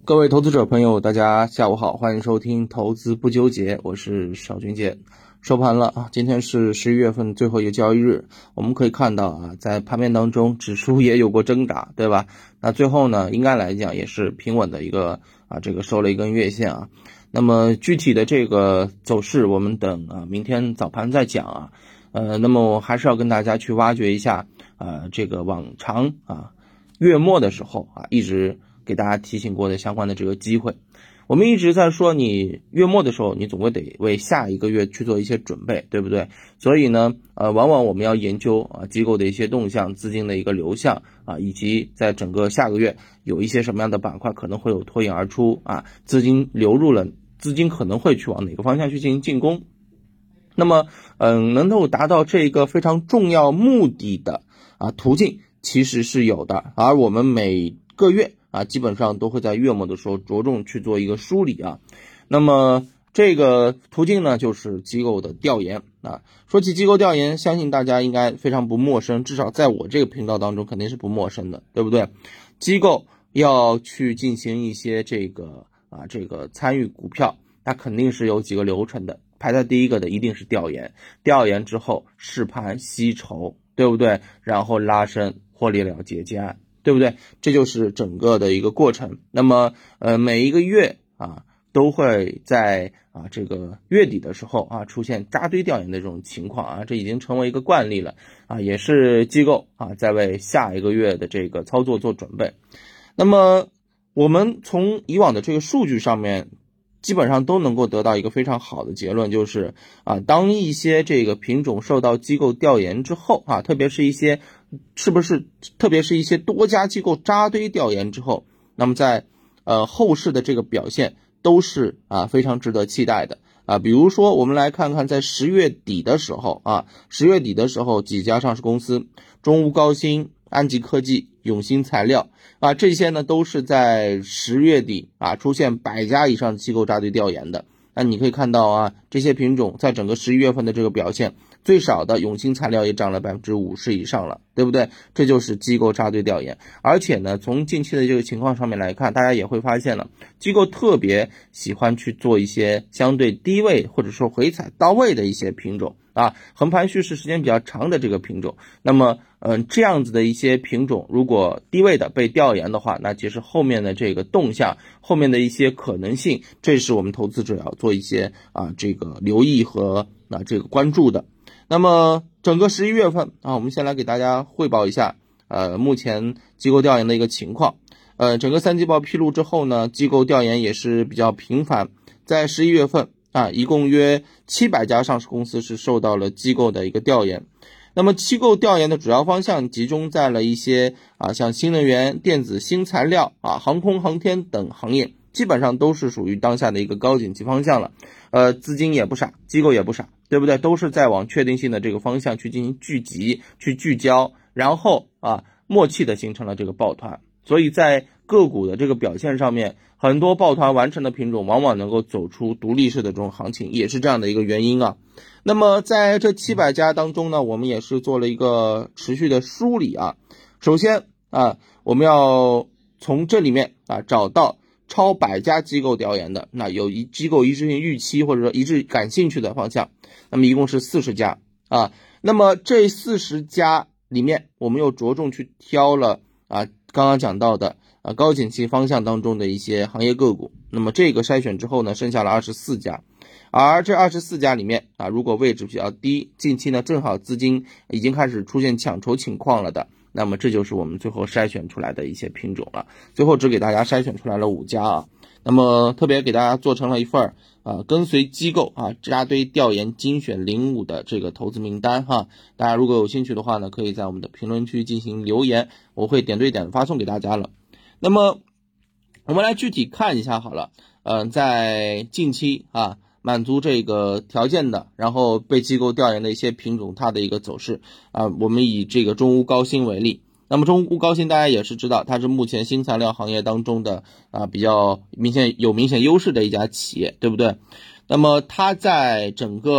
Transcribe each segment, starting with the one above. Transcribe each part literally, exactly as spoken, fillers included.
各位投资者朋友，大家下午好，欢迎收听投资不纠结，我是邵军杰。收盘了啊，今天是十一月份最后一个交易日，我们可以看到啊，在盘面当中指数也有过挣扎，对吧？那最后呢，应该来讲也是平稳的一个啊，这个收了一根月线啊。那么具体的这个走势，我们等啊明天早盘再讲啊。呃，那么我还是要跟大家去挖掘一下啊，这个往常啊月末的时候啊，一直给大家提醒过的相关的这个机会。我们一直在说，你月末的时候，你总归得为下一个月去做一些准备，对不对？所以呢，呃，往往我们要研究啊机构的一些动向、资金的一个流向啊，以及在整个下个月有一些什么样的板块可能会有脱颖而出啊，资金流入了，资金可能会去往哪个方向去进行进攻。那么，嗯，能够达到这个非常重要目的的啊途径其实是有的，而我们每个月啊，基本上都会在月末的时候着重去做一个梳理啊。那么这个途径呢，就是机构的调研啊。说起机构调研，相信大家应该非常不陌生，至少在我这个频道当中肯定是不陌生的，对不对？机构要去进行一些这个啊这个参与股票，那肯定是有几个流程的。排在第一个的一定是调研，调研之后试盘吸筹，对不对？然后拉升获利了结结案，对不对？这就是整个的一个过程。那么呃每一个月啊都会在啊这个月底的时候啊出现扎堆调研的这种情况啊，这已经成为一个惯例了啊，也是机构啊在为下一个月的这个操作做准备。那么我们从以往的这个数据上面基本上都能够得到一个非常好的结论，就是啊，当一些这个品种受到机构调研之后啊，特别是一些是不是特别是一些多家机构扎堆调研之后，那么在呃后市的这个表现都是啊非常值得期待的啊。比如说我们来看看在十月底的时候啊，十月底的时候几家上市公司，中钨高新、安吉科技、永兴材料啊，这些呢都是在十月底啊出现百家以上机构扎堆调研的。那你可以看到啊，这些品种在整个十一月份的这个表现，最少的永兴材料也涨了 百分之五十 以上了，对不对？这就是机构扎堆调研。而且呢，从近期的这个情况上面来看，大家也会发现了，机构特别喜欢去做一些相对低位或者说回踩到位的一些品种啊，横盘蓄势时间比较长的这个品种。那么嗯，这样子的一些品种如果低位的被调研的话，那其实后面的这个动向，后面的一些可能性，这是我们投资者要做一些啊这个留意和啊这个关注的。那么整个十一月份啊，我们先来给大家汇报一下呃目前机构调研的一个情况。呃整个三季报披露之后呢，机构调研也是比较频繁，在十一月份啊，一共约七百家上市公司是受到了机构的一个调研。那么机构调研的主要方向集中在了一些啊，像新能源、电子、新材料啊、航空航天等行业，基本上都是属于当下的一个高景气方向了。呃，资金也不傻，机构也不傻，对不对？都是在往确定性的这个方向去进行聚集、去聚焦，然后啊，默契的形成了这个抱团。所以在个股的这个表现上面，很多抱团完成的品种往往能够走出独立式的这种行情，也是这样的一个原因啊。那么在这七百家当中呢，我们也是做了一个持续的梳理啊。首先啊，我们要从这里面啊找到超百家机构调研的，那有一机构一致性预期或者说一致感兴趣的方向，那么一共是四十家啊。那么这四十家里面，我们又着重去挑了啊刚刚讲到的啊高景气方向当中的一些行业个股。那么这个筛选之后呢，剩下了二十四家。而这二十四家里面啊，如果位置比较低，近期呢正好资金已经开始出现抢筹情况了的，那么这就是我们最后筛选出来的一些品种了。最后只给大家筛选出来了五家啊，那么特别给大家做成了一份啊跟随机构啊扎堆调研精选零五的这个投资名单哈。大家如果有兴趣的话呢，可以在我们的评论区进行留言，我会点对点发送给大家了。那么我们来具体看一下好了，嗯、呃，在近期啊。满足这个条件的，然后被机构调研的一些品种，它的一个走势啊，我们以这个中钨高新为例。那么中钨高新大家也是知道，它是目前新材料行业当中的啊比较明显有明显优势的一家企业，对不对？那么它在整个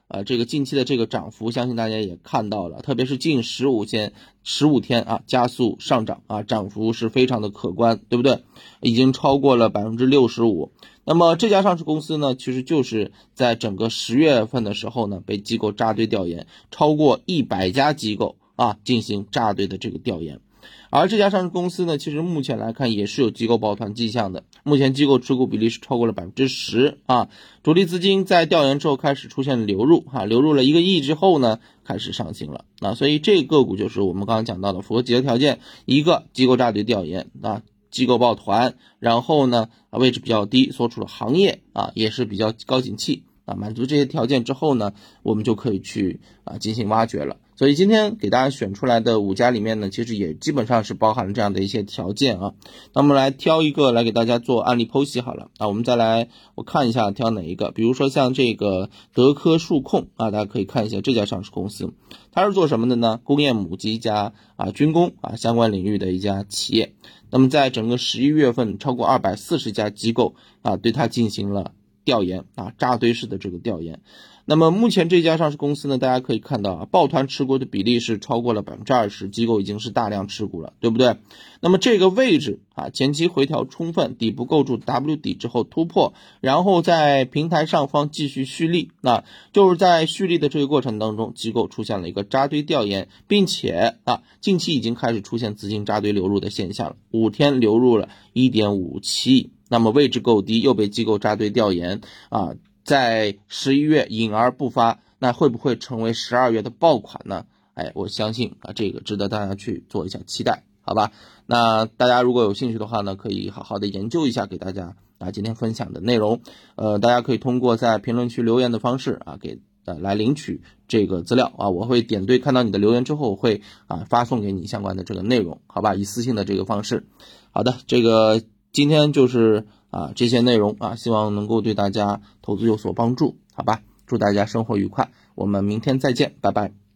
啊，这个近期的这个涨幅，相信大家也看到了，特别是近十五天十五天啊，加速上涨啊，涨幅是非常的可观，对不对？已经超过了 百分之六十五。那么这家上市公司呢，其实就是在整个十月份的时候呢，被机构扎堆调研，超过一百家机构啊进行扎堆的这个调研。而这家上市公司呢，其实目前来看也是有机构抱团迹象的，目前机构持股比例是超过了 百分之十 啊，主力资金在调研之后开始出现流入啊，流入了一个亿之后呢，开始上行了啊，所以这个股就是我们刚刚讲到的符合几个条件，一个机构扎堆调研啊，机构抱团，然后呢位置比较低，所处的行业啊也是比较高景气啊，满足这些条件之后呢，我们就可以去啊进行挖掘了。所以今天给大家选出来的五家里面呢，其实也基本上是包含了这样的一些条件啊。那我们来挑一个来给大家做案例剖析好了啊。我们再来我看一下挑哪一个，比如说像这个德科数控啊，大家可以看一下这家上市公司，它是做什么的呢？工业母机加啊军工啊相关领域的一家企业。那么在整个十一月份，超过二百四十家机构啊对它进行了调研啊，扎堆式的这个调研。那么目前这家上市公司呢，大家可以看到啊，抱团持股的比例是超过了 百分之二十， 机构已经是大量持股了，对不对？那么这个位置啊，前期回调充分，底部构筑 W 底之后突破，然后在平台上方继续蓄力，那就是在蓄力的这个过程当中，机构出现了一个扎堆调研，并且啊，近期已经开始出现资金扎堆流入的现象了，五天流入了 一点五七亿，那么位置够低，又被机构扎堆调研啊，在十一月隐而不发，那会不会成为十二月的爆款呢？哎，我相信啊，这个值得大家去做一下期待，好吧？那大家如果有兴趣的话呢，可以好好的研究一下给大家啊今天分享的内容。呃，大家可以通过在评论区留言的方式啊，给呃来领取这个资料啊，我会点对看到你的留言之后，我会啊发送给你相关的这个内容，好吧？以私信的这个方式。好的，这个今天就是啊这些内容啊，希望能够对大家投资有所帮助，好吧？祝大家生活愉快，我们明天再见，拜拜。